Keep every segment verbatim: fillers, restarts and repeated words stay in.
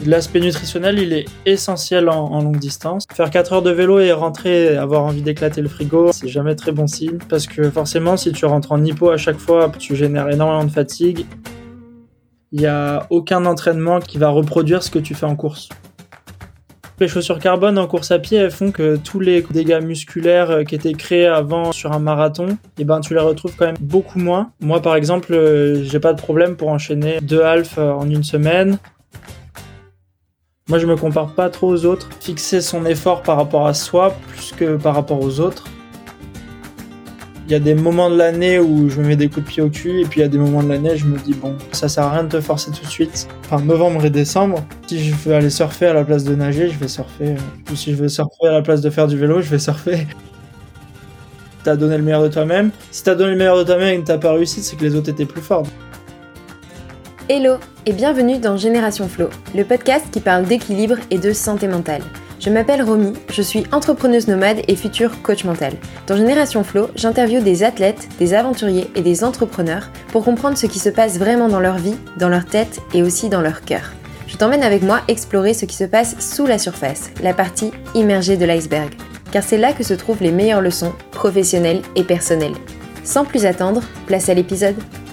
L'aspect nutritionnel, il est essentiel en, en longue distance. Faire quatre heures de vélo et rentrer, avoir envie d'éclater le frigo, c'est jamais très bon signe. Parce que forcément, si tu rentres en hypo à chaque fois, tu génères énormément de fatigue. Il n'y a aucun entraînement qui va reproduire ce que tu fais en course. Les chaussures carbone en course à pied, elles font que tous les dégâts musculaires qui étaient créés avant sur un marathon, eh ben, tu les retrouves quand même beaucoup moins. Moi, par exemple, j'ai pas de problème pour enchaîner deux halfs en une semaine. Moi, je me compare pas trop aux autres. Fixer son effort par rapport à soi plus que par rapport aux autres. Il y a des moments de l'année où je me mets des coups de pied au cul et puis il y a des moments de l'année où je me dis bon, ça sert à rien de te forcer tout de suite. Enfin, novembre et décembre, si je veux aller surfer à la place de nager, je vais surfer. Ou si je veux surfer à la place de faire du vélo, je vais surfer. T'as donné le meilleur de toi-même. Si t'as donné le meilleur de toi-même et que t'as pas réussi, c'est que les autres étaient plus forts. Hello et bienvenue dans Génération Flow, le podcast qui parle d'équilibre et de santé mentale. Je m'appelle Romy, je suis entrepreneuse nomade et future coach mental. Dans Génération Flow, j'interviewe des athlètes, des aventuriers et des entrepreneurs pour comprendre ce qui se passe vraiment dans leur vie, dans leur tête et aussi dans leur cœur. Je t'emmène avec moi explorer ce qui se passe sous la surface, la partie immergée de l'iceberg. Car c'est là que se trouvent les meilleures leçons professionnelles et personnelles. Sans plus attendre, place à l'épisode.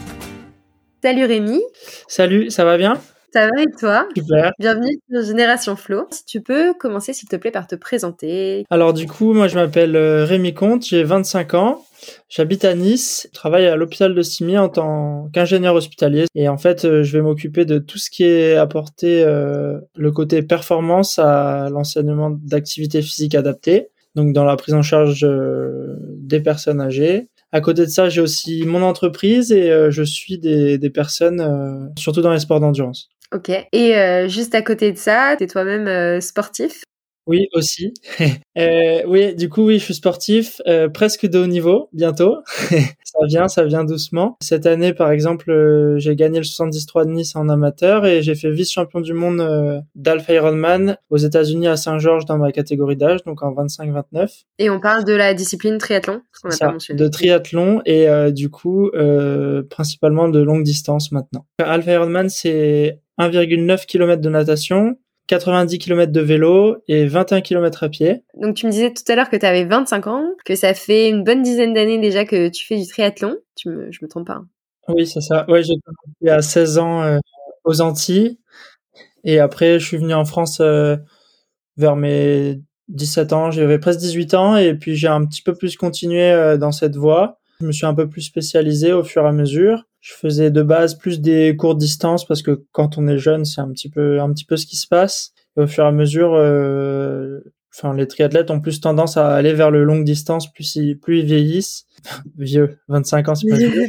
Salut Rémi. Salut, ça va bien ? Ça va et toi ? Super. Bienvenue sur Génération Flow. Si tu peux commencer s'il te plaît par te présenter. Alors du coup, moi je m'appelle Rémi Comte, j'ai vingt-cinq ans, j'habite à Nice, je travaille à l'hôpital de Cimiez en tant qu'ingénieur hospitalier et en fait je vais m'occuper de tout ce qui est apporté euh, le côté performance à l'enseignement d'activité physique adaptée, donc dans la prise en charge euh, des personnes âgées. À côté de ça, j'ai aussi mon entreprise et euh, je suis des, des personnes, euh, surtout dans les sports d'endurance. Ok. Et euh, juste à côté de ça, t'es toi-même euh, sportif ? Oui, aussi. euh, oui, du coup, oui, je suis sportif, euh, presque de haut niveau, bientôt. Ça vient, ça vient doucement. Cette année, par exemple, euh, j'ai gagné le soixante-dix trois de Nice en amateur et j'ai fait vice-champion du monde euh, d'Alpha Ironman aux États-Unis à Saint-Georges dans ma catégorie d'âge, donc en vingt-cinq vingt-neuf. Et on parle de la discipline triathlon, ce qu'on n'a Ça, pas mentionné. de triathlon et euh, du coup, euh, principalement de longue distance maintenant. Alpha Ironman, c'est un virgule neuf kilomètres de natation, quatre-vingt-dix kilomètres de vélo et vingt et un kilomètres à pied. Donc tu me disais tout à l'heure que tu avais vingt-cinq ans, que ça fait une bonne dizaine d'années déjà que tu fais du triathlon. Tu me, je me trompe pas. Hein. Oui, c'est ça. Ouais, j'ai commencé à seize ans euh, aux Antilles et après je suis venu en France euh, vers mes dix-sept ans. J'avais presque dix-huit ans et puis j'ai un petit peu plus continué euh, dans cette voie. Je me suis un peu plus spécialisé au fur et à mesure. Je faisais de base plus des courtes distances parce que quand on est jeune, c'est un petit peu un petit peu ce qui se passe. Et au fur et à mesure, euh, enfin les triathlètes ont plus tendance à aller vers le longue distance plus ils, plus ils vieillissent. Vieux, vingt-cinq ans, c'est pas vieux.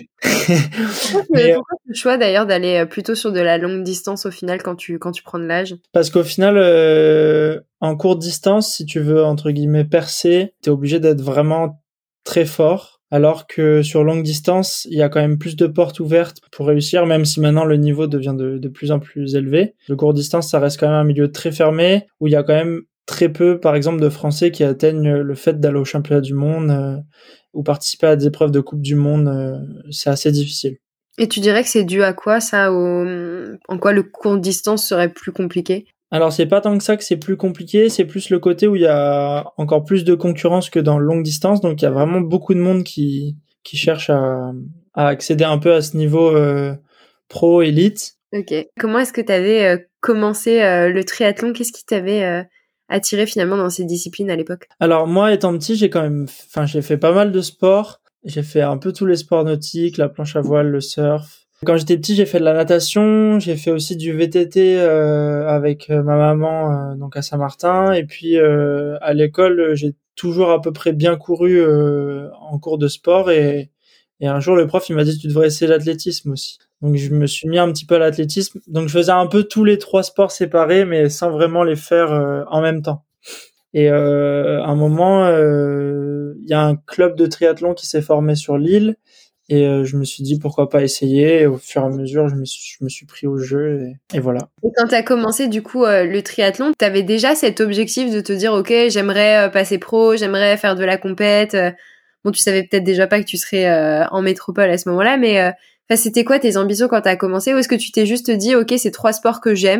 Mais pourquoi le choix d'ailleurs d'aller plutôt sur de la longue distance au final quand tu quand tu prends de l'âge ? Parce qu'au final, euh, en courte distance, si tu veux entre guillemets percer, t'es obligé d'être vraiment très fort. Alors que sur longue distance, il y a quand même plus de portes ouvertes pour réussir, même si maintenant le niveau devient de, de plus en plus élevé. Le court distance, ça reste quand même un milieu très fermé, où il y a quand même très peu, par exemple, de Français qui atteignent le fait d'aller au championnat du monde euh, ou participer à des épreuves de Coupe du Monde. Euh, c'est assez difficile. Et tu dirais que c'est dû à quoi ça au... En quoi le court distance serait plus compliqué ? Alors, c'est pas tant que ça que c'est plus compliqué, c'est plus le côté où il y a encore plus de concurrence que dans longue distance, donc il y a vraiment beaucoup de monde qui, qui cherche à, à accéder un peu à ce niveau euh, pro, élite. Ok. Comment est-ce que tu avais euh, commencé euh, le triathlon ? Qu'est-ce qui t'avait euh, attiré finalement dans ces disciplines à l'époque ? Alors, moi, étant petit, j'ai quand même, enfin, j'ai fait pas mal de sports. J'ai fait un peu tous les sports nautiques, la planche à voile, le surf. Quand j'étais petit, j'ai fait de la natation, j'ai fait aussi du V T T euh, avec ma maman euh, donc à Saint-Martin et puis euh, à l'école, j'ai toujours à peu près bien couru euh, en cours de sport et et un jour le prof il m'a dit tu devrais essayer l'athlétisme aussi. Donc je me suis mis un petit peu à l'athlétisme. Donc je faisais un peu tous les trois sports séparés mais sans vraiment les faire euh, en même temps. Et euh, à un moment, il euh, y a un club de triathlon qui s'est formé sur l'île. Et euh, je me suis dit pourquoi pas essayer. Et au fur et à mesure, je me suis, je me suis pris au jeu et, et voilà. Et quand t'as commencé du coup euh, le triathlon, t'avais déjà cet objectif de te dire ok, j'aimerais euh, passer pro, j'aimerais faire de la compète. Euh, bon, tu savais peut-être déjà pas que tu serais euh, en métropole à ce moment-là, mais euh, c'était quoi tes ambitions quand t'as commencé ? Ou est-ce que tu t'es juste dit ok, c'est trois sports que j'aime,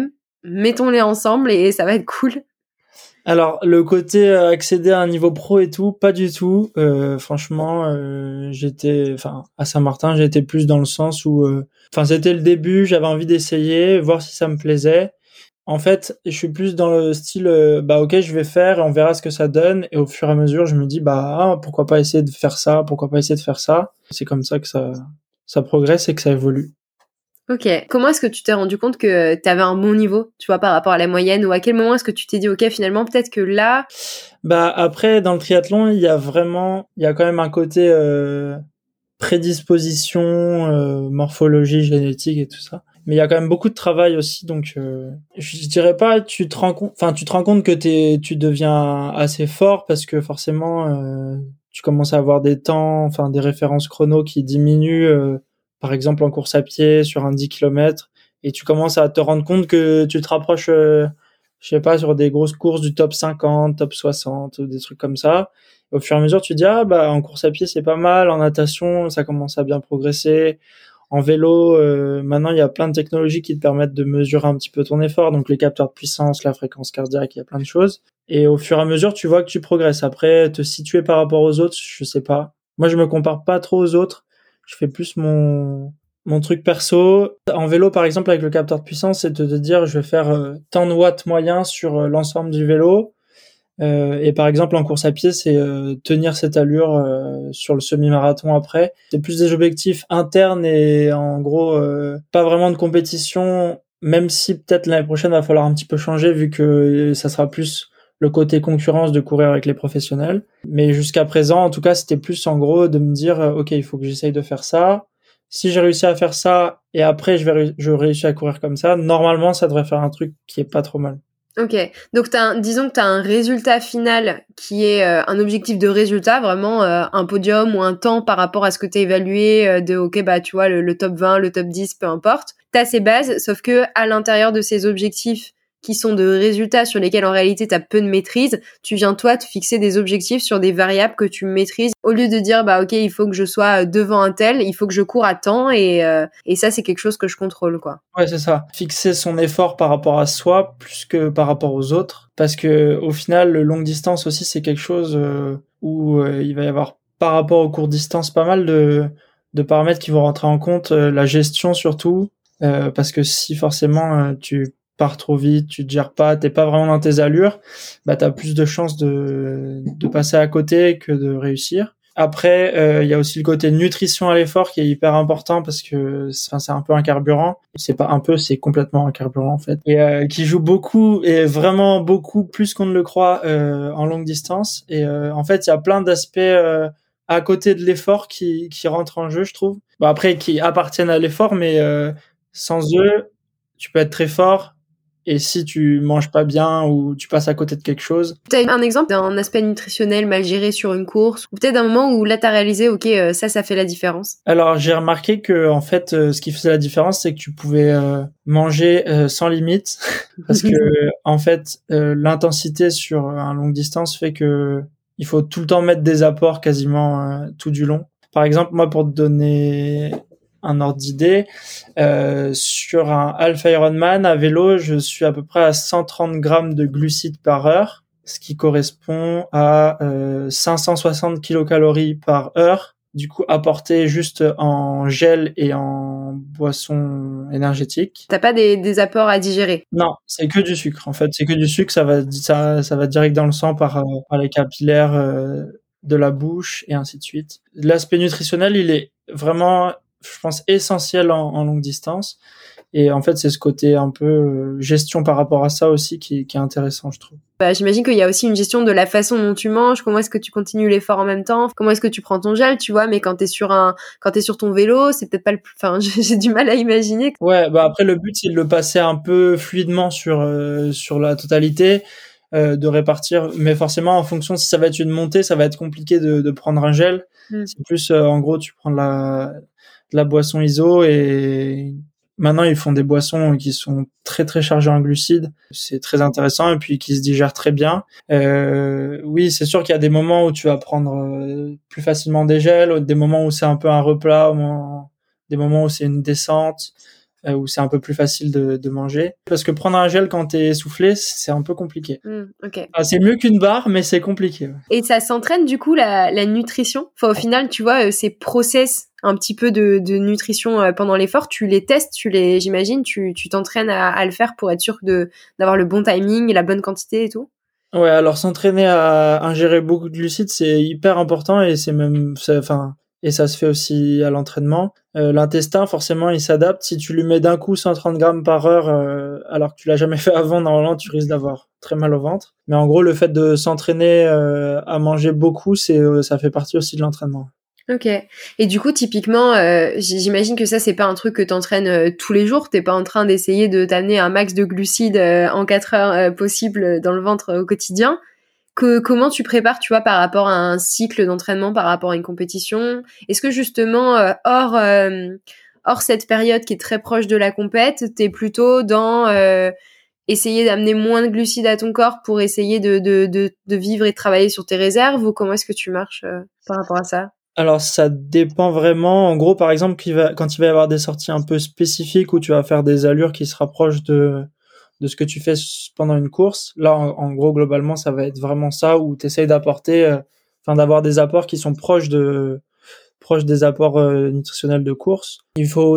mettons-les ensemble et ça va être cool. Alors, le côté euh, accéder à un niveau pro et tout, pas du tout. Euh, franchement, euh, j'étais, enfin, à Saint-Martin, j'étais plus dans le sens où, euh, enfin, c'était le début, j'avais envie d'essayer, voir si ça me plaisait. En fait, je suis plus dans le style, euh, bah ok, je vais faire et on verra ce que ça donne. Et au fur et à mesure, je me dis, bah ah, pourquoi pas essayer de faire ça, pourquoi pas essayer de faire ça. C'est comme ça que ça, ça progresse et que ça évolue. Ok. Comment est-ce que tu t'es rendu compte que tu avais un bon niveau, tu vois, par rapport à la moyenne, ou à quel moment est-ce que tu t'es dit, ok, finalement, peut-être que là... Bah après, dans le triathlon, il y a vraiment, il y a quand même un côté euh, prédisposition, euh, morphologie, génétique et tout ça. Mais il y a quand même beaucoup de travail aussi, donc euh, je dirais pas, tu te rends compte, enfin tu te rends compte que t'es, tu deviens assez fort parce que forcément, euh, tu commences à avoir des temps, enfin des références chrono qui diminuent. Euh, par exemple en course à pied sur un dix kilomètres et tu commences à te rendre compte que tu te rapproches, euh, je sais pas, sur des grosses courses du top cinquante, top soixante, des trucs comme ça. Et au fur et à mesure, tu te dis, ah, bah, en course à pied, c'est pas mal, en natation, ça commence à bien progresser. En vélo, euh, maintenant, il y a plein de technologies qui te permettent de mesurer un petit peu ton effort, donc les capteurs de puissance, la fréquence cardiaque, il y a plein de choses. Et au fur et à mesure, tu vois que tu progresses. Après, te situer par rapport aux autres, je sais pas. Moi, je me compare pas trop aux autres. Je fais plus mon mon truc perso. En vélo, par exemple, avec le capteur de puissance, c'est de te dire, je vais faire euh, tant de watts moyens sur euh, l'ensemble du vélo. Euh, et par exemple, en course à pied, c'est euh, tenir cette allure euh, sur le semi-marathon après. C'est plus des objectifs internes et en gros, euh, pas vraiment de compétition, même si peut-être l'année prochaine, va falloir un petit peu changer vu que ça sera plus le côté concurrence de courir avec les professionnels. Mais jusqu'à présent, en tout cas, c'était plus en gros de me dire, euh, OK, il faut que j'essaye de faire ça. Si j'ai réussi à faire ça et après je vais je réussis à courir comme ça, normalement, ça devrait faire un truc qui est pas trop mal. Ok, donc t'as un, disons que tu as un résultat final qui est euh, un objectif de résultat, vraiment euh, un podium ou un temps par rapport à ce que tu as évalué euh, de, ok, bah tu vois, le, le top vingt, le top dix, peu importe. Tu as ces bases, sauf que à l'intérieur de ces objectifs qui sont de résultats sur lesquels en réalité tu as peu de maîtrise, tu viens toi te fixer des objectifs sur des variables que tu maîtrises au lieu de dire bah ok, il faut que je sois devant un tel, il faut que je cours à temps et, euh, et ça c'est quelque chose que je contrôle quoi. Ouais, c'est ça. Fixer son effort par rapport à soi plus que par rapport aux autres. Parce que au final, le longue distance aussi, c'est quelque chose euh, où euh, il va y avoir par rapport aux courtes distances pas mal de, de paramètres qui vont rentrer en compte. Euh, la gestion surtout. Euh, parce que si forcément euh, tu pars trop vite, tu te gères pas, t'es pas vraiment dans tes allures, bah t'as plus de chances de, de passer à côté que de réussir. Après, il euh, y a aussi le côté nutrition à l'effort qui est hyper important parce que c'est, c'est un peu un carburant. C'est pas un peu, c'est complètement un carburant en fait. Et euh, qui joue beaucoup et vraiment beaucoup plus qu'on ne le croit euh, en longue distance. Et euh, en fait, il y a plein d'aspects euh, à côté de l'effort qui, qui rentrent en jeu, je trouve. Bon, après, qui appartiennent à l'effort, mais euh, sans eux, tu peux être très fort. Et si tu manges pas bien ou tu passes à côté de quelque chose. T'as un exemple d'un aspect nutritionnel mal géré sur une course ou peut-être d'un moment où là t'as réalisé ok euh, ça ça fait la différence. Alors j'ai remarqué que en fait euh, ce qui faisait la différence c'est que tu pouvais euh, manger euh, sans limite parce que en fait euh, l'intensité sur un longue distance fait que il faut tout le temps mettre des apports quasiment euh, tout du long. Par exemple moi pour te donner un ordre d'idée, euh, sur un half Ironman à vélo, je suis à peu près à cent trente grammes de glucides par heure, ce qui correspond à euh, cinq cent soixante kilocalories par heure, du coup apporté juste en gel et en boisson énergétique. T'as pas des, des apports à digérer? Non, c'est que du sucre en fait, c'est que du sucre, ça va ça, ça va direct dans le sang par, par les capillaires euh, de la bouche et ainsi de suite. L'aspect nutritionnel, il est vraiment, je pense, essentiel en, en longue distance. Et en fait, c'est ce côté un peu euh, gestion par rapport à ça aussi qui, qui est intéressant, je trouve. Bah, j'imagine qu'il y a aussi une gestion de la façon dont tu manges, comment est-ce que tu continues l'effort en même temps, comment est-ce que tu prends ton gel, tu vois, mais quand t'es sur un, quand t'es sur ton vélo, c'est peut-être pas le plus, enfin, j'ai du mal à imaginer. Ouais, bah après, le but, c'est de le passer un peu fluidement sur, euh, sur la totalité, euh, de répartir, mais forcément, en fonction, si ça va être une montée, ça va être compliqué de, de prendre un gel. Mm. C'est plus, euh, en gros, tu prends de la, de la boisson iso et maintenant, ils font des boissons qui sont très très chargées en glucides. C'est très intéressant et puis qui se digèrent très bien. Euh, oui, c'est sûr qu'il y a des moments où tu vas prendre euh, plus facilement des gels, des moments où c'est un peu un replat, des moments où c'est une descente. euh, où c'est un peu plus facile de, de manger. Parce que prendre un gel quand t'es essoufflé, c'est un peu compliqué. Mmh, ok. Ah, c'est mieux qu'une barre, mais c'est compliqué. Ouais. Et ça s'entraîne du coup la, la nutrition. Enfin, au final, tu vois, euh, ces process un petit peu de, de nutrition euh, pendant l'effort, tu les testes, tu les, j'imagine, tu, tu t'entraînes à, à le faire pour être sûr de d'avoir le bon timing, la bonne quantité et tout. Ouais, alors s'entraîner à ingérer beaucoup de glucides, c'est hyper important et c'est même, c'est, enfin, et ça se fait aussi à l'entraînement. Euh, l'intestin, forcément, il s'adapte. Si tu lui mets d'un coup cent trente grammes par heure, euh, alors que tu l'as jamais fait avant, normalement, tu risques d'avoir très mal au ventre. Mais en gros, le fait de s'entraîner euh, à manger beaucoup, c'est, euh, ça fait partie aussi de l'entraînement. Ok. Et du coup, typiquement, euh, j'imagine que ça, c'est pas un truc que t'entraînes euh, tous les jours. T'es pas en train d'essayer de t'amener un max de glucides euh, en quatre heures euh, possible dans le ventre euh, au quotidien. Que, comment tu prépares, tu vois, par rapport à un cycle d'entraînement, par rapport à une compétition? Est-ce que justement, euh, hors, euh, hors cette période qui est très proche de la compète, t'es plutôt dans euh, essayer d'amener moins de glucides à ton corps pour essayer de, de, de, de vivre et de travailler sur tes réserves, ou comment est-ce que tu marches euh, par rapport à ça? Alors, ça dépend vraiment. En gros, par exemple, qu'il va, quand il va y avoir des sorties un peu spécifiques où tu vas faire des allures qui se rapprochent de, de ce que tu fais pendant une course, là, en, en gros, globalement, ça va être vraiment ça où tu essayes d'apporter, euh, enfin, d'avoir des apports qui sont proches de, proches des apports euh, nutritionnels de course. Il faut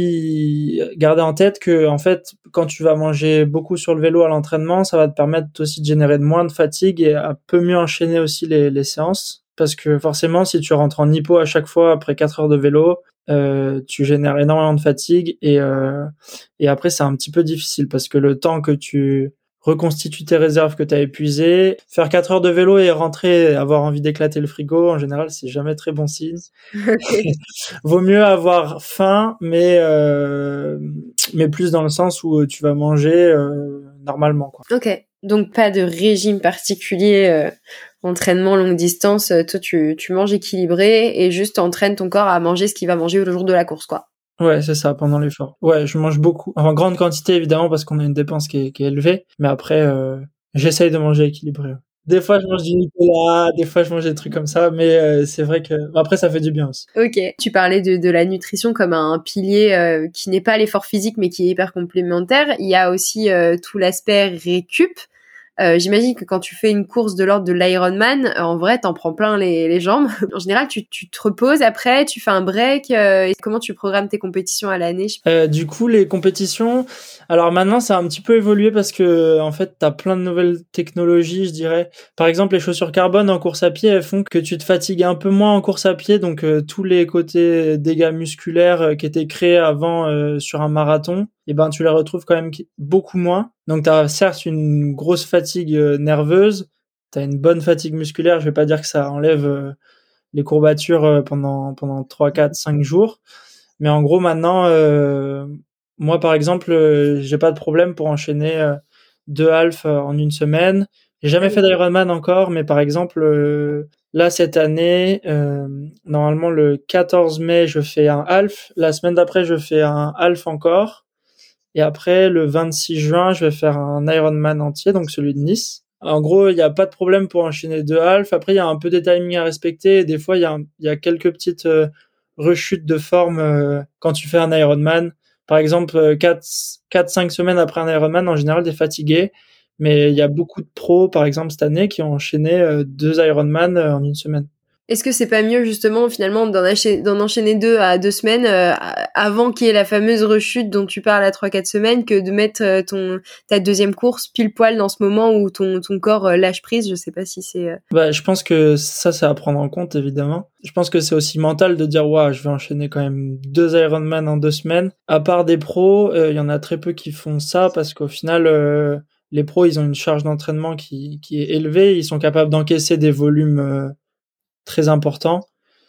aussi garder en tête que, en fait, quand tu vas manger beaucoup sur le vélo à l'entraînement, ça va te permettre aussi de générer de moins de fatigue et à peu mieux enchaîner aussi les, les séances. Parce que forcément, si tu rentres en hypo à chaque fois après quatre heures de vélo, euh, tu génères énormément de fatigue et euh, et après c'est un petit peu difficile parce que le temps que tu reconstitues tes réserves que tu as épuisées, faire quatre heures de vélo et rentrer, avoir envie d'éclater le frigo, en général, c'est jamais très bon signe. Okay. Vaut mieux avoir faim, mais euh, mais plus dans le sens où tu vas manger euh, normalement, quoi. Ok. Donc pas de régime particulier, euh, entraînement longue distance. euh, Toi, tu tu manges équilibré et juste entraînes ton corps à manger ce qu'il va manger le jour de la course, quoi. Ouais, c'est ça, pendant l'effort. Ouais, je mange beaucoup. En grande quantité, évidemment, parce qu'on a une dépense qui est, qui est élevée. Mais après, euh, j'essaye de manger équilibré. Des fois, je mange du Nutella, des fois, je mange des trucs comme ça. Mais euh, c'est vrai que... Après, ça fait du bien aussi. Ok. Tu parlais de, de la nutrition comme un pilier euh, qui n'est pas l'effort physique, mais qui est hyper complémentaire. Il y a aussi euh, tout l'aspect récup. Euh, j'imagine que quand tu fais une course de l'ordre de l'Ironman, euh, en vrai, t'en prends plein les, les jambes. En général, tu, tu te reposes après, tu fais un break. Euh, et comment tu programmes tes compétitions à l'année? Euh, du coup, les compétitions, alors maintenant, ça a un petit peu évolué parce que en fait, t'as plein de nouvelles technologies, je dirais. Par exemple, les chaussures carbone en course à pied, elles font que tu te fatigues un peu moins en course à pied, donc euh, tous les côtés dégâts musculaires euh, qui étaient créés avant euh, sur un marathon, et ben tu les retrouves quand même beaucoup moins. Donc t'as certes une grosse fatigue euh, nerveuse, t'as une bonne fatigue musculaire. Je vais pas dire que ça enlève euh, les courbatures euh, pendant pendant trois, quatre, cinq jours. Mais en gros, maintenant, euh, moi, par exemple, euh, j'ai pas de problème pour enchaîner euh, deux halfs euh, en une semaine. J'ai jamais fait d'Ironman encore, mais par exemple, euh, là, cette année, euh, normalement, le quatorze mai, je fais un half. La semaine d'après, je fais un half encore. Et après, le vingt-six juin, je vais faire un Ironman entier, donc celui de Nice. En gros, il n'y a pas de problème pour enchaîner deux halfs. Après, il y a un peu des timings à respecter. Et des fois, il y a, il y a quelques petites euh, rechutes de forme euh, quand tu fais un Ironman. Par exemple, quatre cinq semaines après un Ironman, en général, t'es fatigué. Mais il y a beaucoup de pros, par exemple, cette année, qui ont enchaîné euh, deux Ironman euh, en une semaine. Est-ce que c'est pas mieux justement finalement d'en, enchaîner, d'en enchaîner deux à deux semaines euh, avant qu'il y ait la fameuse rechute dont tu parles à trois quatre semaines que de mettre euh, ton ta deuxième course pile poil dans ce moment où ton ton corps euh, lâche prise? Je sais pas si c'est... Euh... Bah, je pense que ça, c'est à prendre en compte, évidemment. Je pense que c'est aussi mental de dire, waouh, je vais enchaîner quand même deux Ironman en deux semaines. À part des pros, il euh, y en a très peu qui font ça parce qu'au final, euh, les pros, ils ont une charge d'entraînement qui, qui est élevée. Ils sont capables d'encaisser des volumes euh, très importants.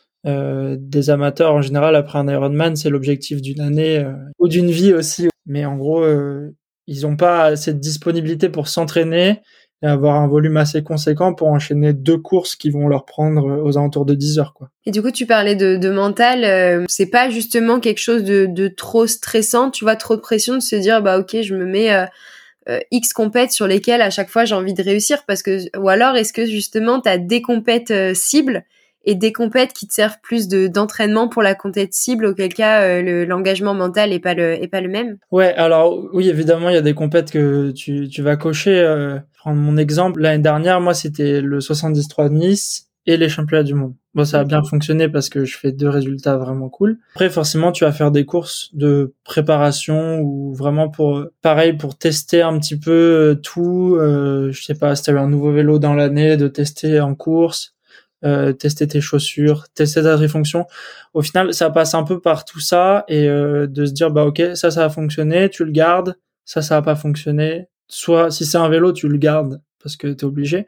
Euh, des amateurs, en général, après un Ironman, c'est l'objectif d'une année euh, ou d'une vie aussi. Mais en gros, euh, ils ont pas cette disponibilité pour s'entraîner et avoir un volume assez conséquent pour enchaîner deux courses qui vont leur prendre aux alentours de dix heures, quoi. Et du coup, tu parlais de, de mental, euh, c'est pas justement quelque chose de, de trop stressant, tu vois, trop de pression de se dire, bah ok, je me mets euh, euh, X compètes sur lesquelles à chaque fois j'ai envie de réussir, parce que, ou alors est-ce que justement t'as des compètes euh, cibles et des compètes qui te servent plus de d'entraînement pour la compète cible, auquel cas euh, le, l'engagement mental est pas le est pas le même? Ouais, alors oui, évidemment, il y a des compètes que tu tu vas cocher. Euh, prendre mon exemple, l'année dernière, moi, c'était le soixante-dix trois de Nice et les championnats du monde. Bon, ça a bien fonctionné parce que je fais deux résultats vraiment cool. Après, forcément, tu vas faire des courses de préparation ou vraiment pour, pareil, pour tester un petit peu euh, tout. Euh, je sais pas, si t'avais un nouveau vélo dans l'année, de tester en course, euh, tester tes chaussures, tester ta trifonction. Au final, ça passe un peu par tout ça et euh, de se dire, bah ok, ça, ça a fonctionné, tu le gardes. Ça, ça a pas fonctionné. Soit, si c'est un vélo, tu le gardes parce que t'es obligé.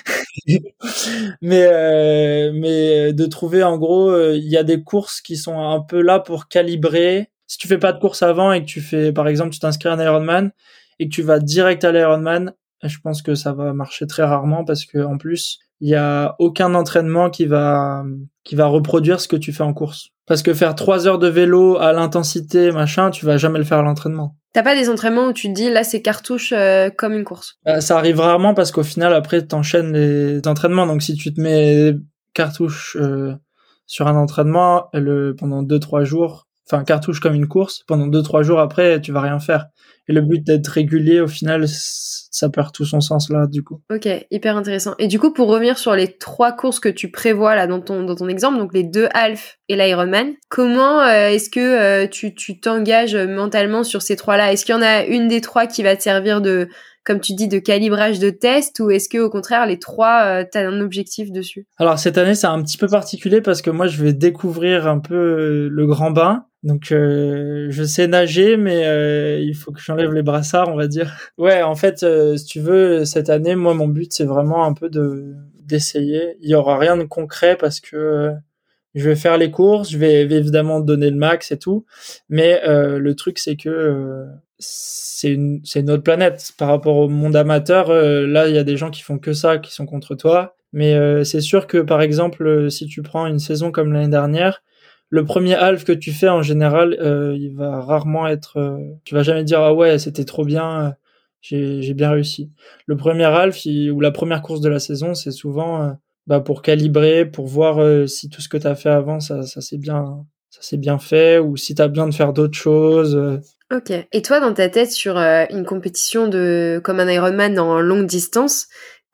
mais euh, mais de trouver en gros, il euh, y a des courses qui sont un peu là pour calibrer. Si tu fais pas de course avant et que tu fais, par exemple, tu t'inscris à un Ironman et que tu vas direct à l'Ironman, je pense que ça va marcher très rarement parce que en plus, il y a aucun entraînement qui va qui va reproduire ce que tu fais en course. Parce que faire trois heures de vélo à l'intensité, machin, tu vas jamais le faire à l'entraînement. T'as pas des entraînements où tu te dis, là, c'est cartouche euh, comme une course? Bah, ça arrive rarement parce qu'au final, après, t'enchaînes les entraînements. Donc, si tu te mets cartouche euh, sur un entraînement le, pendant deux trois jours, enfin, cartouche comme une course, pendant deux trois jours après, tu vas rien faire. Et le but d'être régulier, au final, ça perd tout son sens là, du coup. Ok, hyper intéressant. Et du coup, pour revenir sur les trois courses que tu prévois là dans ton dans ton exemple, donc les deux half et l'Ironman, comment euh, est-ce que euh, tu tu t'engages mentalement sur ces trois-là? Est-ce qu'il y en a une des trois qui va te servir de, comme tu dis, de calibrage de test, ou est-ce que au contraire les trois euh, t'as un objectif dessus? Alors cette année, c'est un petit peu particulier parce que moi, je vais découvrir un peu le grand bain. Donc euh, je sais nager, mais euh, il faut que j'enlève les brassards, on va dire. Ouais, en fait, euh, si tu veux, cette année, moi, mon but, c'est vraiment un peu de d'essayer. Il y aura rien de concret parce que euh, je vais faire les courses, je vais évidemment donner le max et tout, mais euh, le truc, c'est que euh, c'est une c'est une autre planète par rapport au monde amateur. Euh, là, il y a des gens qui font que ça, qui sont contre toi. Mais euh, c'est sûr que, par exemple, euh, si tu prends une saison comme l'année dernière, le premier half que tu fais en général, euh, il va rarement être. Euh, tu vas jamais dire ah ouais c'était trop bien, euh, j'ai j'ai bien réussi. Le premier half il, ou la première course de la saison, c'est souvent euh, bah pour calibrer, pour voir euh, si tout ce que t'as fait avant ça ça s'est bien ça s'est bien fait ou si t'as besoin de faire d'autres choses. Euh. Ok. Et toi, dans ta tête, sur euh, une compétition de comme un Ironman en longue distance,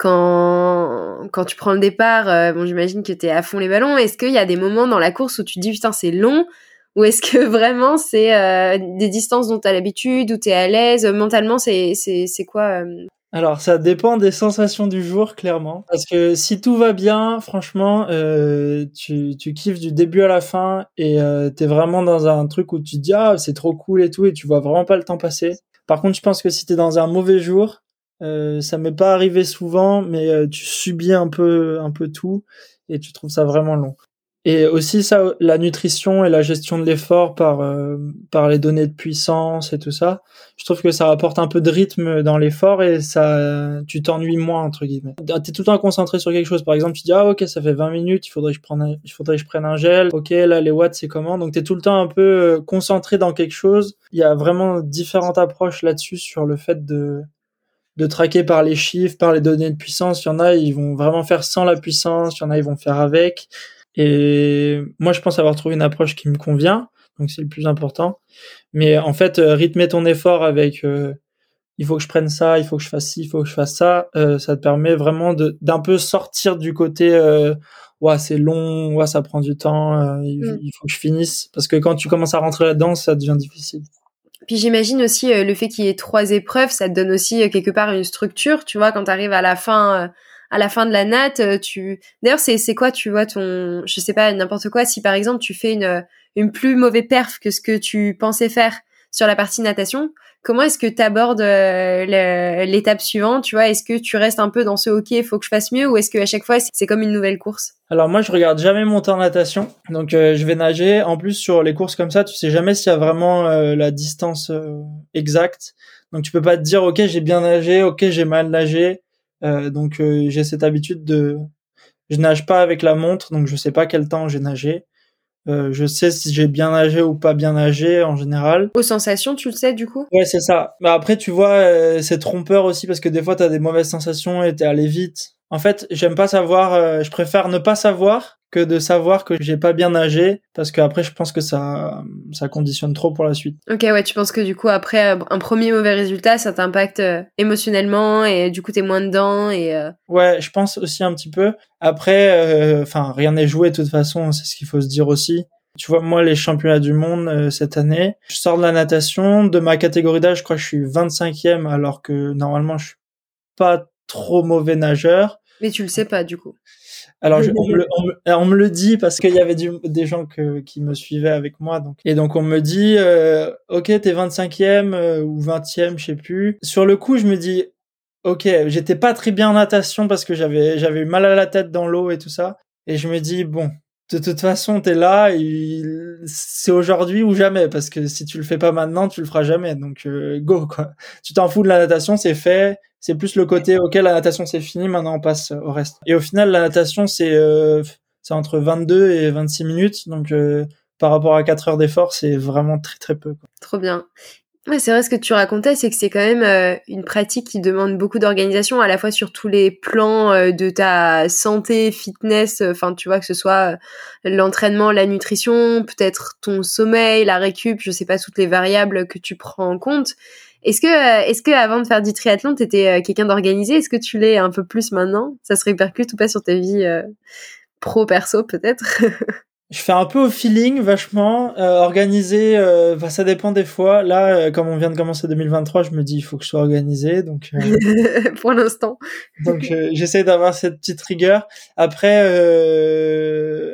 quand quand tu prends le départ, euh, bon, j'imagine que t'es à fond les ballons. Est-ce qu'il y a des moments dans la course où tu te dis putain c'est long, ou est-ce que vraiment c'est euh, des distances dont t'as l'habitude, où t'es à l'aise mentalement? C'est c'est c'est quoi euh... Alors ça dépend des sensations du jour clairement, parce que si tout va bien, franchement, euh, tu tu kiffes du début à la fin et euh, t'es vraiment dans un truc où tu te dis ah c'est trop cool et tout et tu vois vraiment pas le temps passer. Par contre, je pense que si t'es dans un mauvais jour, Euh, ça m'est pas arrivé souvent, mais euh, tu subis un peu, un peu tout et tu trouves ça vraiment long. Et aussi ça, la nutrition et la gestion de l'effort par euh, par les données de puissance et tout ça, je trouve que ça apporte un peu de rythme dans l'effort et ça, tu t'ennuies moins entre guillemets. T'es tout le temps concentré sur quelque chose. Par exemple, tu dis ah ok ça fait vingt minutes, il faudrait que je prenne, un, il faudrait que je prenne un gel. Ok là les watts c'est comment. Donc t'es tout le temps un peu concentré dans quelque chose. Il y a vraiment différentes approches là-dessus sur le fait de de traquer par les chiffres, par les données de puissance. Il y en a, ils vont vraiment faire sans la puissance. Il y en a, ils vont faire avec. Et moi, je pense avoir trouvé une approche qui me convient. Donc, c'est le plus important. Mais en fait, euh, rythmer ton effort avec euh, il faut que je prenne ça, il faut que je fasse ci, il faut que je fasse ça, euh, ça te permet vraiment de d'un peu sortir du côté euh, ouais, c'est long, ouais, ça prend du temps, euh, il, Mm. il faut que je finisse. Parce que quand tu commences à rentrer là-dedans, ça devient difficile. Puis j'imagine aussi euh, le fait qu'il y ait trois épreuves, ça te donne aussi euh, quelque part une structure, tu vois, quand t'arrives à la fin, euh, à la fin de la natte, euh, tu. D'ailleurs, c'est c'est quoi, tu vois, ton, je sais pas, n'importe quoi. Si par exemple tu fais une une plus mauvaise perf que ce que tu pensais faire sur la partie natation, comment est-ce que t'abordes euh, le- l'étape suivante, tu vois? Est-ce que tu restes un peu dans ce ok, il faut que je fasse mieux, ou est-ce que à chaque fois c'est comme une nouvelle course? Alors moi je regarde jamais mon temps en natation, donc euh, je vais nager. En plus sur les courses comme ça, tu sais jamais s'il y a vraiment euh, la distance euh, exacte. Donc tu peux pas te dire ok j'ai bien nagé, ok j'ai mal nagé. Euh, donc euh, j'ai cette habitude de, je nage pas avec la montre, donc je sais pas quel temps j'ai nagé. Euh, je sais si j'ai bien nagé ou pas bien nagé en général. Aux sensations, tu le sais du coup? Ouais c'est ça. Mais après tu vois euh, c'est trompeur aussi parce que des fois t'as des mauvaises sensations et t'es allé vite. En fait, j'aime pas savoir, euh, je préfère ne pas savoir que de savoir que j'ai pas bien nagé, parce qu'après, je pense que ça, ça conditionne trop pour la suite. Ok, ouais, tu penses que du coup, après euh, un premier mauvais résultat, ça t'impacte euh, émotionnellement et du coup, t'es moins dedans et... Euh... Ouais, je pense aussi un petit peu. Après, enfin, euh, rien n'est joué de toute façon, c'est ce qu'il faut se dire aussi. Tu vois, moi, les championnats du monde euh, cette année, je sors de la natation, de ma catégorie d'âge, je crois que je suis vingt-cinquième, alors que normalement, je suis pas trop mauvais nageur. Mais tu le sais pas, du coup. Alors, je, on, me le, on, me, on me le dit parce qu'il y avait du, des gens que, qui me suivaient avec moi. Donc. Et donc, on me dit, euh, ok, t'es vingt-cinquième euh, ou vingtième, je sais plus. Sur le coup, je me dis, ok, j'étais pas très bien en natation parce que j'avais, j'avais eu mal à la tête dans l'eau et tout ça. Et je me dis, bon, de toute façon, t'es là, et c'est aujourd'hui ou jamais, parce que si tu le fais pas maintenant, tu le feras jamais. Donc, euh, go, quoi. Tu t'en fous de la natation, c'est fait. C'est plus le côté, ok, la natation c'est fini, maintenant on passe au reste. Et au final, la natation c'est euh, c'est entre vingt-deux et vingt-six minutes, donc euh, par rapport à quatre heures d'effort, c'est vraiment très très peu, quoi. Trop bien. Ouais, c'est vrai, ce que tu racontais, c'est que c'est quand même euh, une pratique qui demande beaucoup d'organisation, à la fois sur tous les plans euh, de ta santé, fitness, enfin, euh, tu vois, que ce soit euh, l'entraînement, la nutrition, peut-être ton sommeil, la récup, je sais pas, toutes les variables que tu prends en compte. Est-ce que, euh, est-ce que avant de faire du triathlon, t'étais euh, quelqu'un d'organisé? Est-ce que tu l'es un peu plus maintenant? Ça se répercute ou pas sur ta vie euh, pro-perso, peut-être? Je fais un peu au feeling, vachement. Euh, organisé, euh, bah, ça dépend des fois. Là, euh, comme on vient de commencer deux mille vingt-trois, je me dis il faut que je sois organisé. Donc, euh... pour l'instant. Donc, euh, j'essaie d'avoir cette petite rigueur. Après, euh...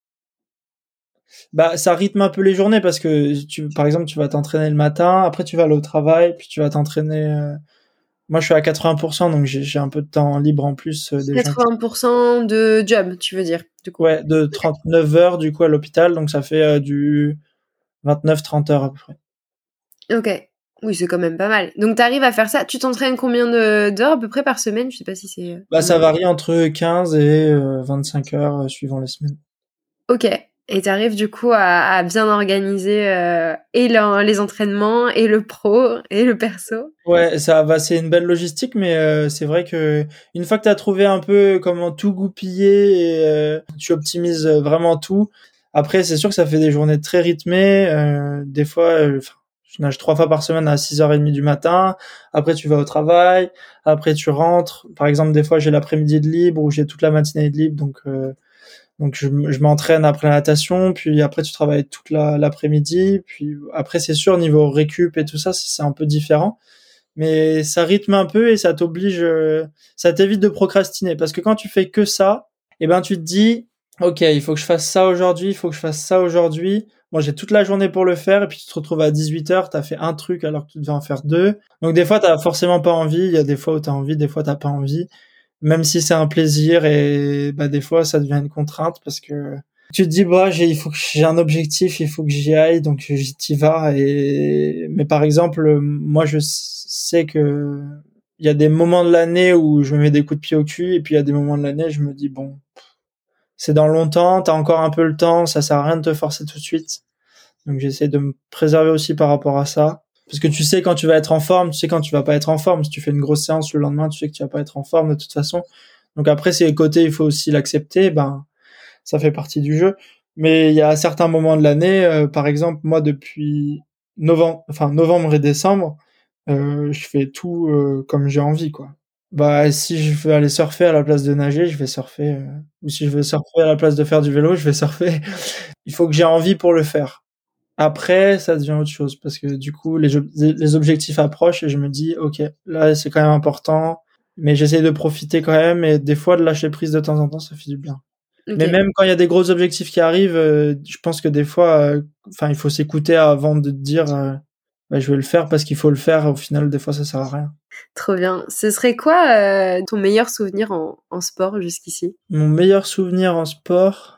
bah, ça rythme un peu les journées parce que, tu, par exemple, tu vas t'entraîner le matin, après tu vas aller au travail, puis tu vas t'entraîner... Euh... Moi, je suis à quatre-vingts pour cent, donc j'ai, j'ai un peu de temps libre en plus. Euh, des quatre-vingts pour cent gens... de job, tu veux dire, du coup. Ouais, de trente-neuf heures, du coup, à l'hôpital, donc ça fait euh, du vingt-neuf trente heures à peu près. Ok. Oui, c'est quand même pas mal. Donc, t'arrives à faire ça. Tu t'entraînes combien de, d'heures à peu près par semaine? Je sais pas si c'est... Bah, ça varie entre quinze et euh, vingt-cinq heures euh, suivant les semaines. Ok. Et t'arrives du coup à, à bien organiser euh, et le, les entraînements, et le pro, et le perso. Ouais, ça va, c'est une belle logistique, mais euh, c'est vrai que une fois que t'as trouvé un peu comment tout goupiller, et, euh, tu optimises vraiment tout. Après, c'est sûr que ça fait des journées très rythmées. Euh, des fois, euh, je nage trois fois par semaine à six heures trente du matin. Après, tu vas au travail. Après, tu rentres. Par exemple, des fois, j'ai l'après-midi de libre ou j'ai toute la matinée de libre, donc. Euh, Donc je, je m'entraîne après la natation, puis après tu travailles toute la, l'après-midi, puis après c'est sûr niveau récup et tout ça c'est un peu différent, mais ça rythme un peu et ça t'oblige, ça t'évite de procrastiner parce que quand tu fais que ça, et eh ben tu te dis ok il faut que je fasse ça aujourd'hui, il faut que je fasse ça aujourd'hui. Bon j'ai toute la journée pour le faire et puis tu te retrouves à dix-huit heures, t'as fait un truc alors que tu devais en faire deux. Donc des fois t'as forcément pas envie, il y a des fois où t'as envie, des fois t'as pas envie. Même si c'est un plaisir et bah des fois ça devient une contrainte parce que tu te dis bah j'ai il faut que j'ai un objectif, il faut que j'y aille donc j'y vas et mais par exemple moi je sais que il y a des moments de l'année où je me mets des coups de pied au cul et puis il y a des moments de l'année je me dis bon c'est dans longtemps, t'as encore un peu le temps, ça sert à rien de te forcer tout de suite. Donc j'essaie de me préserver aussi par rapport à ça. Parce que tu sais quand tu vas être en forme, tu sais quand tu vas pas être en forme. Si tu fais une grosse séance le lendemain, tu sais que tu vas pas être en forme de toute façon. Donc après, c'est les côtés, il faut aussi l'accepter. Ben, ça fait partie du jeu. Mais il y a certains moments de l'année, euh, par exemple, moi depuis novembre, enfin novembre et décembre, euh, je fais tout euh, comme j'ai envie, quoi. Bah si je veux aller surfer à la place de nager, je vais surfer. Euh, ou si je veux surfer à la place de faire du vélo, je vais surfer. Il faut que j'ai envie pour le faire. Après, ça devient autre chose parce que du coup, les, les objectifs approchent et je me dis, ok, là, c'est quand même important, mais j'essaie de profiter quand même et des fois de lâcher prise de temps en temps, ça fait du bien. Okay. Mais même quand il y a des gros objectifs qui arrivent, euh, je pense que des fois, enfin, euh, il faut s'écouter avant de dire, euh, bah, je vais le faire parce qu'il faut le faire. Au final, des fois, ça sert à rien. Trop bien. Ce serait quoi euh, ton meilleur souvenir en, en sport jusqu'ici? Mon meilleur souvenir en sport,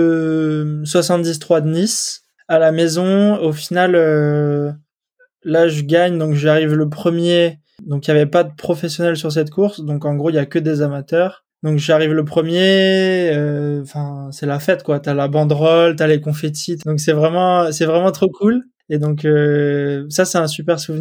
le soixante-dix trois de Nice. À la maison, au final, euh, là, je gagne, donc j'arrive le premier. Donc, il n'y avait pas de professionnels sur cette course. Donc, en gros, il y a que des amateurs. Donc, j'arrive le premier. Enfin, euh, c'est la fête, quoi. T'as la banderole, t'as les confettis. Donc, c'est vraiment, c'est vraiment trop cool. Et donc, euh, ça, c'est un super souvenir.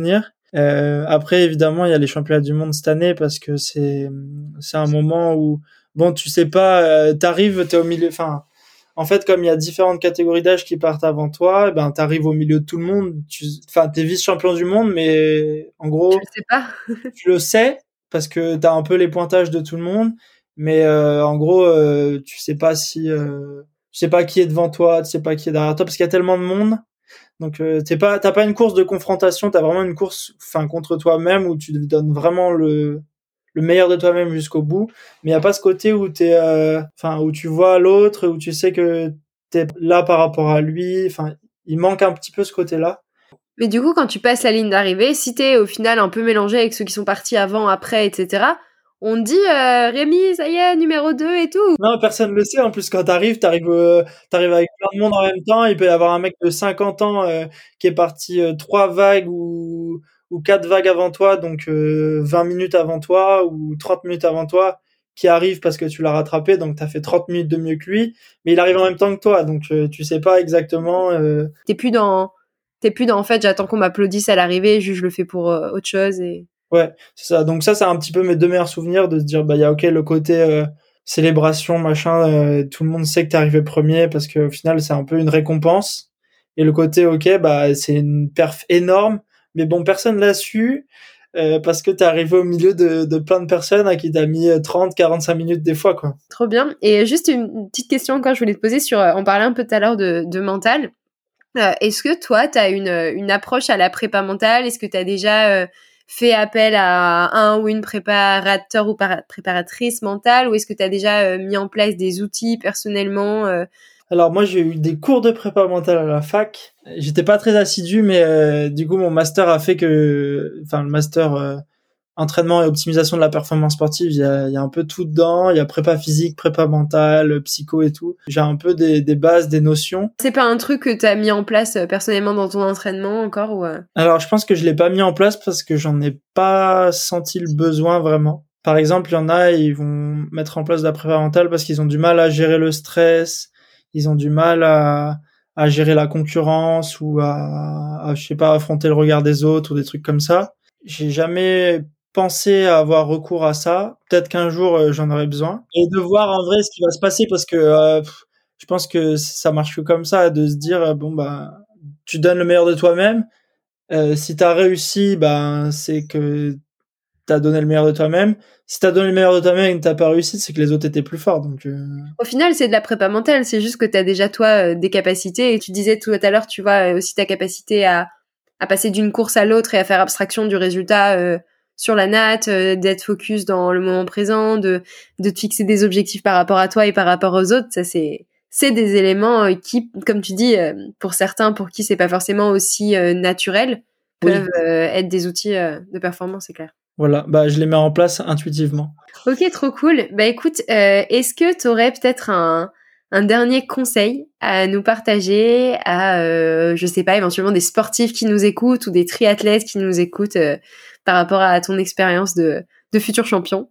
Euh, après, évidemment, il y a les championnats du monde cette année parce que c'est c'est un moment où bon, tu sais pas, euh, t'arrives, t'es au milieu. Enfin, en fait, comme il y a différentes catégories d'âge qui partent avant toi, eh ben t'arrives au milieu de tout le monde. Tu, enfin, t'es vice-champion du monde, mais en gros, tu le sais pas. tu le sais parce que t'as un peu les pointages de tout le monde, mais euh, en gros, euh, tu sais pas si, euh, tu sais pas qui est devant toi, tu sais pas qui est derrière toi parce qu'il y a tellement de monde. Donc euh, t'es pas, t'as pas une course de confrontation, t'as vraiment une course, enfin contre toi-même où tu te donnes vraiment le le meilleur de toi-même jusqu'au bout. Mais il y a pas ce côté où t'es, enfin euh, où tu vois l'autre, où tu sais que t'es là par rapport à lui. Enfin, il manque un petit peu ce côté-là. Mais du coup, quand tu passes la ligne d'arrivée, si t'es au final un peu mélangé avec ceux qui sont partis avant, après, et cetera, on te dit euh, Rémi, ça y est, numéro deux et tout. Non, personne le sait. En plus, quand t'arrives, t'arrives, euh, t'arrives avec plein de monde en même temps. Il peut y avoir un mec de cinquante ans euh, qui est parti euh, trois vagues ou ou quatre vagues avant toi, donc euh, vingt minutes avant toi ou trente minutes avant toi, qui arrive parce que tu l'as rattrapé, donc t'as fait trente minutes de mieux que lui, mais il arrive en même temps que toi, donc euh, tu sais pas exactement. Euh... T'es plus dans, t'es plus dans en fait, j'attends qu'on m'applaudisse à l'arrivée, juste je le fais pour euh, autre chose et. Ouais, c'est ça. Donc ça, c'est un petit peu mes deux meilleurs souvenirs de se dire, bah il y a ok le côté euh, célébration machin, euh, tout le monde sait que t'es arrivé premier parce que au final c'est un peu une récompense, et le côté ok bah c'est une perf énorme. Mais bon, personne l'a su euh, parce que t'es arrivé au milieu de, de plein de personnes à qui t'as mis trente, quarante-cinq minutes des fois, quoi. Trop bien. Et juste une petite question encore, je voulais te poser sur, on parlait un peu tout à l'heure de, de mental. Euh, est-ce que toi, t'as une, une approche à la prépa mentale? Est-ce que t'as déjà euh, fait appel à un ou une préparateur ou para- préparatrice mentale? Ou est-ce que t'as déjà euh, mis en place des outils personnellement euh, Alors moi j'ai eu des cours de prépa mentale à la fac. J'étais pas très assidu, mais euh, du coup mon master a fait que, enfin le master euh, entraînement et optimisation de la performance sportive, il y a, il y a un peu tout dedans. Il y a prépa physique, prépa mentale, psycho et tout. J'ai un peu des, des bases, des notions. C'est pas un truc que t'as mis en place euh, personnellement dans ton entraînement encore ou euh... Alors je pense que je l'ai pas mis en place parce que j'en ai pas senti le besoin vraiment. Par exemple, il y en a, ils vont mettre en place de la prépa mentale parce qu'ils ont du mal à gérer le stress. Ils ont du mal à, à gérer la concurrence ou à, à, je sais pas, affronter le regard des autres ou des trucs comme ça. J'ai jamais pensé à avoir recours à ça. Peut-être qu'un jour, euh, j'en aurai besoin. Et de voir en vrai ce qui va se passer parce que euh, je pense que ça marche que comme ça, de se dire, euh, bon, bah, tu donnes le meilleur de toi-même. Euh, si t'as réussi, ben, c'est que t'as donné le meilleur de toi-même. Si t'as donné le meilleur de toi-même et que t'as pas réussi, c'est que les autres étaient plus forts. Donc, euh... Au final, c'est de la prépa mentale. C'est juste que t'as déjà, toi, euh, des capacités. Et tu disais tout à l'heure, tu vois, aussi ta capacité à, à passer d'une course à l'autre et à faire abstraction du résultat euh, sur la natte, euh, d'être focus dans le moment présent, de, de te fixer des objectifs par rapport à toi et par rapport aux autres. Ça, c'est, c'est des éléments euh, qui, comme tu dis, euh, pour certains, pour qui c'est pas forcément aussi euh, naturel, peuvent oui. euh, être des outils euh, de performance, c'est clair. Voilà, bah je les mets en place intuitivement. Ok, trop cool. Bah écoute, euh, est-ce que tu aurais peut-être un, un dernier conseil à nous partager à, euh, je sais pas, éventuellement des sportifs qui nous écoutent ou des triathlètes qui nous écoutent euh, par rapport à ton expérience de, de futur champion?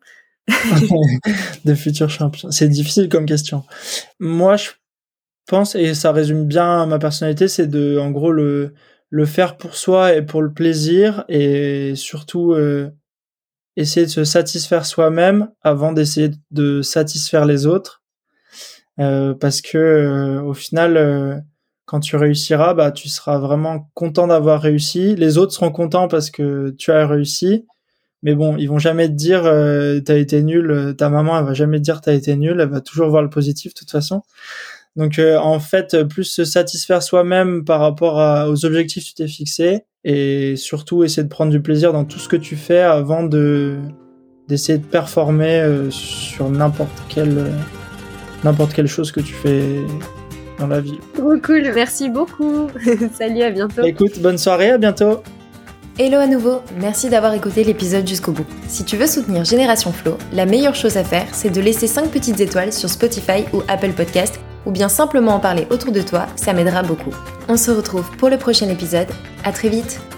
De futur champion. C'est difficile comme question. Moi, je pense, et ça résume bien ma personnalité, c'est de, en gros, le, le faire pour soi et pour le plaisir et surtout... Euh, essayer de se satisfaire soi-même avant d'essayer de satisfaire les autres, euh, parce que euh, au final, euh, quand tu réussiras, bah tu seras vraiment content d'avoir réussi. Les autres seront contents parce que tu as réussi, mais bon, ils vont jamais te dire euh, t'as été nul. Ta maman, elle va jamais te dire t'as été nul. Elle va toujours voir le positif de toute façon. Donc euh, en fait, plus se satisfaire soi-même par rapport à, aux objectifs que tu t'es fixés, et surtout essayer de prendre du plaisir dans tout ce que tu fais avant de d'essayer de performer euh, sur n'importe quelle euh, n'importe quelle chose que tu fais dans la vie. Trop cool, merci beaucoup. Salut, à bientôt. Écoute, bonne soirée, à bientôt. Hello à nouveau, merci d'avoir écouté l'épisode jusqu'au bout. Si tu veux soutenir Génération Flow, la meilleure chose à faire, c'est de laisser cinq petites étoiles sur Spotify ou Apple Podcast, ou bien simplement en parler autour de toi, ça m'aidera beaucoup. On se retrouve pour le prochain épisode, à très vite.